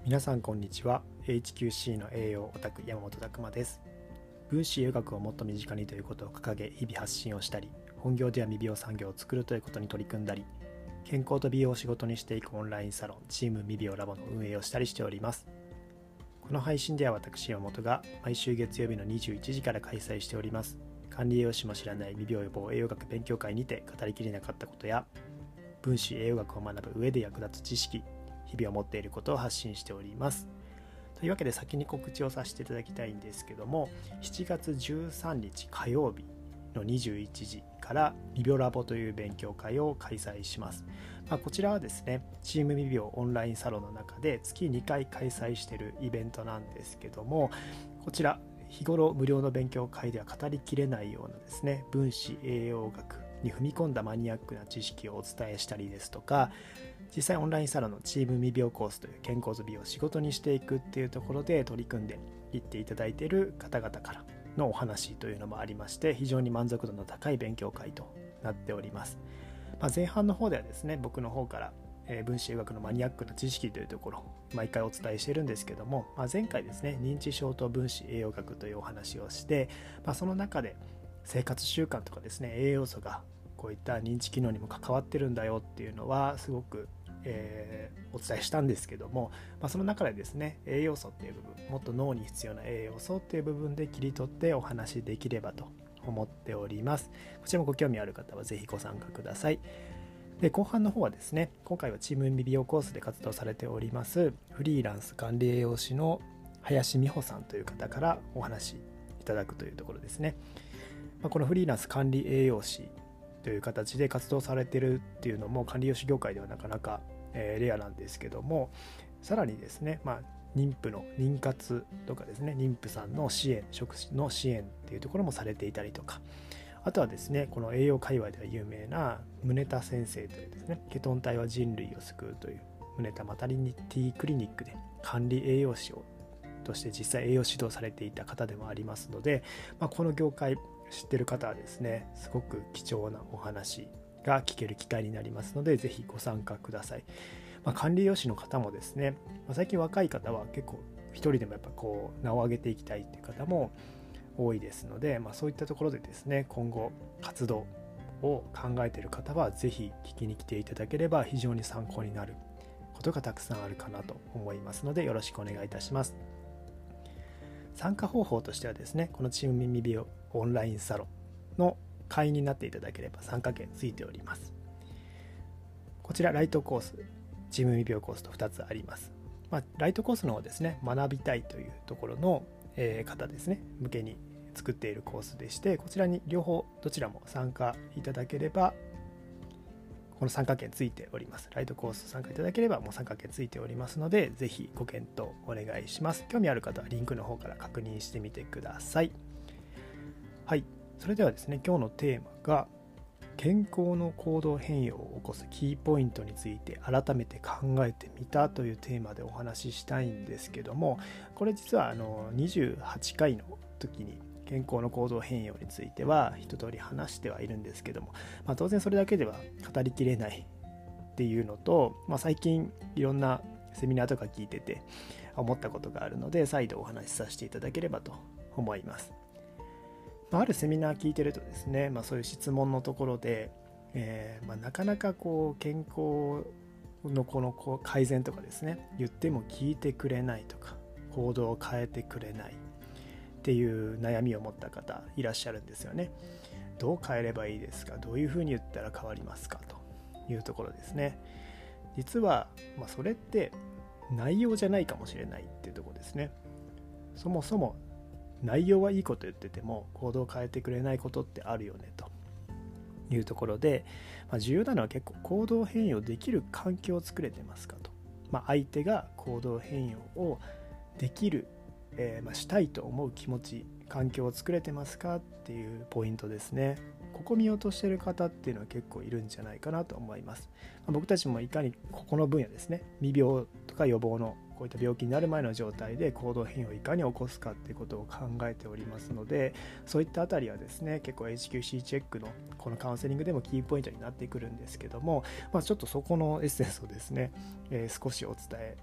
皆さんこんにちは。 HQC の栄養オタク山本拓馬です。分子栄養学をもっと身近にということを掲げ日々発信をしたり、本業では未病産業を作るということに取り組んだり、健康と美容を仕事にしていくオンラインサロンチーム未病ラボの運営をしたりしております。この配信では私山本が毎週月曜日の21時から開催しております管理栄養士も知らない未病予防栄養学勉強会にて語りきれなかったことや、分子栄養学を学ぶ上で役立つ知識、日々を持っていることを発信しております。というわけで先に告知をさせていただきたいんですけども、7月13日火曜日の21時から未病ラボという勉強会を開催します。こちらはですね、チーム未病オンラインサロンの中で月2回開催しているイベントなんですけども、こちら日頃無料の勉強会では語りきれないようなですね、分子栄養学に踏み込んだマニアックな知識をお伝えしたりですとか、実際オンラインサロンのチーム未病コースという健康と美を仕事にしていくっていうところで取り組んでいっていただいている方々からのお話というのもありまして、非常に満足度の高い勉強会となっております。前半の方ではですね、僕の方から分子栄養学のマニアックな知識というところを毎回お伝えしているんですけども、前回ですね、認知症と分子栄養学というお話をして、その中で生活習慣とかですね、栄養素がこういった認知機能にも関わってるんだよっていうのはすごく、お伝えしたんですけども、その中でですね、栄養素っていう部分、もっと脳に必要な栄養素っていう部分で切り取ってお話しできればと思っております。こちらもご興味ある方はぜひご参加ください。で、後半の方はですね、今回はチーム未病コースで活動されておりますフリーランス管理栄養士の林美穂さんという方からお話しいただくというところですね。このフリーランス管理栄養士という形で活動されているっていうのも管理栄養士業界ではなかなかレアなんですけども、さらにですね、妊婦の妊活とかですね、妊婦さんの支援、食の支援っていうところもされていたりとか、あとはですね、この栄養界隈では有名な宗田先生というですね、ケトン体は人類を救うという宗田マタリニティクリニックで管理栄養士として実際栄養指導されていた方でもありますので、この業界知ってる方はですね、すごく貴重なお話が聞ける機会になりますので、ぜひご参加ください。管理栄養士の方もですね、最近若い方は結構一人でもやっぱこう名を上げていきたいっていう方も多いですので、そういったところでですね、今後活動を考えている方はぜひ聞きに来ていただければ非常に参考になることがたくさんあるかなと思いますので、よろしくお願いいたします。参加方法としてはですね、このチーム未病オンラインサロンの会員になっていただければ参加券ついております。こちらライトコース、チーム未病コースと2つあります。ライトコースの方ですね、学びたいというところの方ですね向けに作っているコースでして、こちらに両方どちらも参加いただければこの参加券ついております。ライトコース参加いただければもう参加券ついておりますので、ぜひご検討お願いします。興味ある方はリンクの方から確認してみてください。はい、それではですね、今日のテーマが健康の行動変容を起こすキーポイントについて改めて考えてみたというテーマでお話ししたいんですけども、これ実は28回の時に健康の行動変容については一通り話してはいるんですけども、当然それだけでは語りきれないっていうのと、最近いろんなセミナーとか聞いてて思ったことがあるので、再度お話しさせていただければと思います。あるセミナー聞いてるとですね、そういう質問のところで、なかなかこう健康のこの改善とかですね、言っても聞いてくれないとか行動を変えてくれないっていう悩みを持った方いらっしゃるんですよね。どう変えればいいですか、どういうふうに言ったら変わりますかというところですね。実は、それって内容じゃないかもしれないっていうところですね。そもそも内容はいいこと言ってても行動を変えてくれないことってあるよねというところで、重要なのは結構行動変容できる環境を作れてますかと、相手が行動変容をできる、したいと思う気持ち、環境を作れてますかっていうポイントですね。ここ見落としている方っていうのは結構いるんじゃないかなと思います。僕たちもいかにここの分野ですね、未病とか予防のこういった病気になる前の状態で行動変容をいかに起こすかっていうことを考えておりますので、そういったあたりはですね、結構 HQC チェックのこのカウンセリングでもキーポイントになってくるんですけども、ちょっとそこのエッセンスをですね、少しお伝え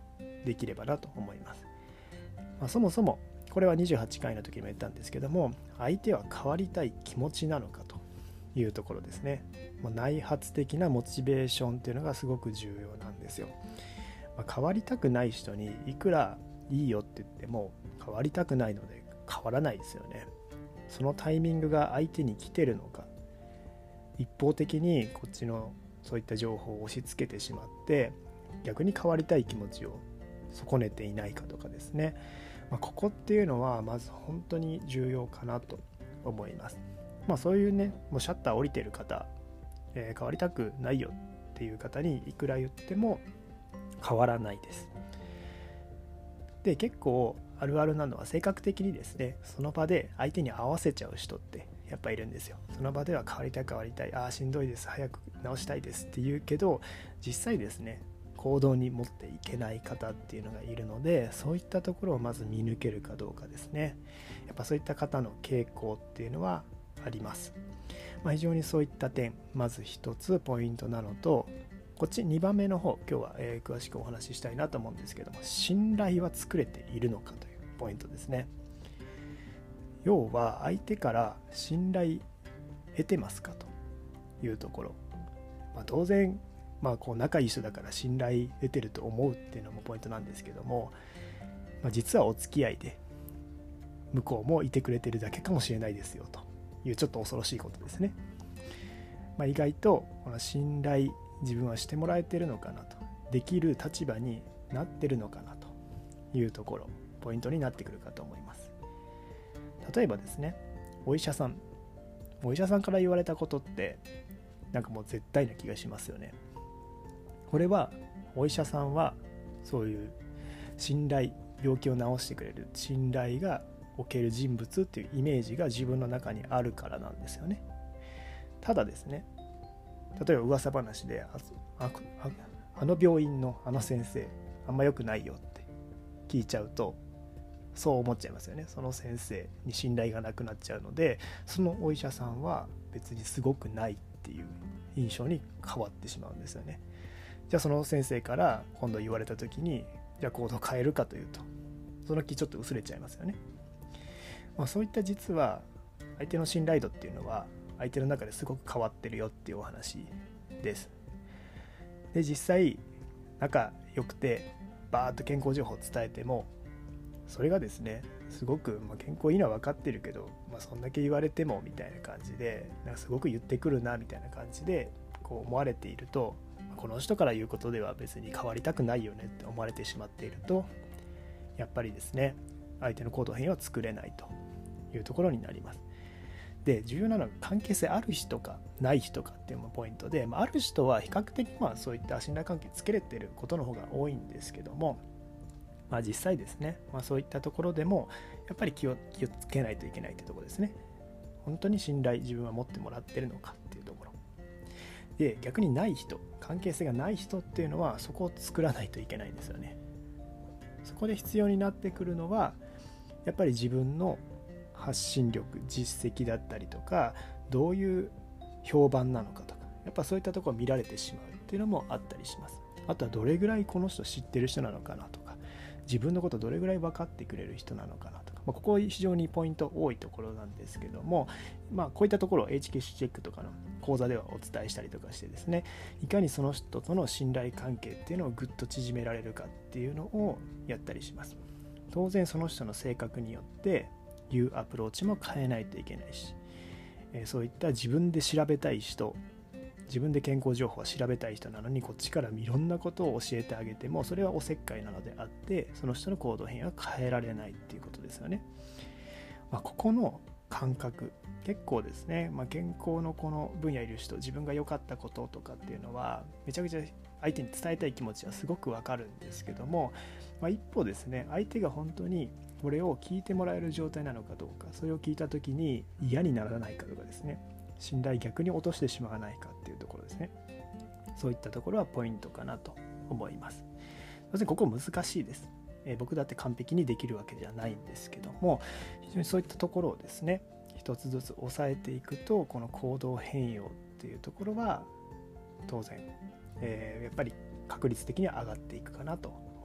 できればなと思います。そもそもこれは28回の時にも言ったんですけども、相手は変わりたい気持ちなのかというところですね。内発的なモチベーションっていうのがすごく重要なんですよ。変わりたくない人にいくらいいよって言っても変わりたくないので変わらないですよね。そのタイミングが相手に来てるのか、一方的にこっちのそういった情報を押し付けてしまって逆に変わりたい気持ちを損ねていないかとかですね、ここっていうのはまず本当に重要かなと思います。そういうね、もうシャッター降りてる方、変わりたくないよっていう方にいくら言っても変わらないです。で、結構あるあるなのは性格的にですね、その場で相手に合わせちゃう人ってやっぱいるんですよ。その場では変わりたい、しんどいです、早く直したいですって言うけど、実際ですね行動に持っていけない方っていうのがいるので、そういったところをまず見抜けるかどうかですね。やっぱそういった方の傾向っていうのはあります。非常にそういった点、まず一つポイントなのと、こっち2番目の方、今日は詳しくお話ししたいなと思うんですけども、信頼は作れているのかというポイントですね。要は相手から信頼得てますかというところ、当然こう仲いい人だから信頼得てると思うっていうのもポイントなんですけども、実はお付き合いで向こうもいてくれてるだけかもしれないですよというちょっと恐ろしいことですね。意外とこの信頼、自分はしてもらえてるのかなと、できる立場になってるのかなというところ、ポイントになってくるかと思います。例えばですね、お医者さんから言われたことってなんかもう絶対な気がしますよね。これはお医者さんはそういう信頼、病気を治してくれる信頼がおける人物っていうイメージが自分の中にあるからなんですよね。ただですね、例えば噂話であの病院のあの先生あんま良くないよって聞いちゃうと、そう思っちゃいますよね。その先生に信頼がなくなっちゃうので、そのお医者さんは別にすごくないっていう印象に変わってしまうんですよね。じゃあその先生から今度言われた時に、じゃあ行動を変えるかというと、その気ちょっと薄れちゃいますよね。そういった実は相手の信頼度っていうのは相手の中ですごく変わってるよっていうお話です。で、実際仲良くてバーッと健康情報を伝えても、それがですねすごく、健康いいのは分かってるけど、そんだけ言われてもみたいな感じで、なんかすごく言ってくるなみたいな感じでこう思われていると、この人から言うことでは別に変わりたくないよねって思われてしまっていると、やっぱりですね相手の行動変容は作れないというところになります。で、重要なのは関係性ある人かない人かっていうのもポイントで、ある人は比較的そういった信頼関係つけれてることの方が多いんですけども、実際ですね、そういったところでもやっぱり気をつけないといけないってところですね。本当に信頼自分は持ってもらってるのかっていうところで、逆にない人、関係性がない人っていうのはそこを作らないといけないんですよね。そこで必要になってくるのはやっぱり自分の発信力、実績だったりとか、どういう評判なのかとか、やっぱそういったところを見られてしまうっていうのもあったりします。あとはどれぐらいこの人知ってる人なのかなとか、自分のことどれぐらい分かってくれる人なのかなとか、ここ非常にポイント多いところなんですけども、こういったところを HQC チェックとかの講座ではお伝えしたりとかしてですね、いかにその人との信頼関係っていうのをぐっと縮められるかっていうのをやったりします。当然その人の性格によって言うアプローチも変えないといけないし、そういった自分で調べたい人、自分で健康情報を調べたい人なのにこっちからいろんなことを教えてあげても、それはおせっかいなのであって、その人の行動変容は変えられないっていうことですよね。ここの感覚結構ですね、健康のこの分野いる人、自分が良かったこととかっていうのはめちゃくちゃ相手に伝えたい気持ちはすごくわかるんですけども、一方ですね、相手が本当にこれを聞いてもらえる状態なのかどうか、それを聞いた時に嫌にならないかとかですね、信頼逆に落としてしまわないかっていうところですね。そういったところはポイントかなと思います。当然ここ難しいです。僕だって完璧にできるわけじゃないんですけども、非常にそういったところをですね一つずつ抑えていくと、この行動変容っていうところは当然、やっぱり確率的には上がっていくかなと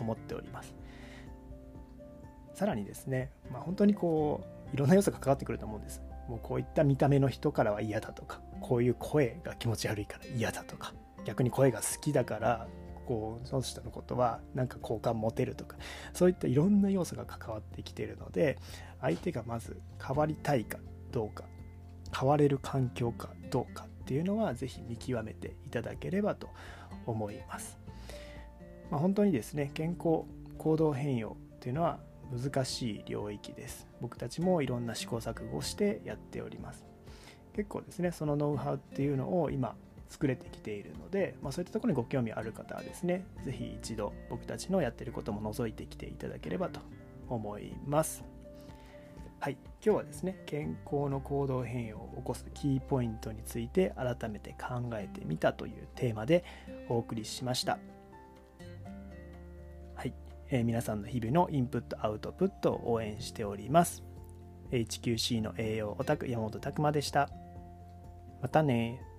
思っております。さらにですね、本当にいろんな要素が関わってくると思うんです。もうこういった見た目の人からは嫌だとか、こういう声が気持ち悪いから嫌だとか、逆に声が好きだからその人のことはなんか好感持てるとか、そういったいろんな要素が関わってきているので、相手がまず変わりたいかどうか、変われる環境かどうかっていうのはぜひ見極めていただければと思います。本当にですね、健康行動変容っていうのは難しい領域です。僕たちもいろんな試行錯誤をしてやっております。結構ですね、そのノウハウっていうのを今作れてきているので、そういったところにご興味ある方はですね、ぜひ一度僕たちのやってることも覗いてきていただければと思います。はい、今日はですね、健康の行動変容を起こすキーポイントについて改めて考えてみたというテーマでお送りしました。はい、皆さんの日々のインプットアウトプットを応援しております。HQC の栄養オタク山本拓馬でした。またね。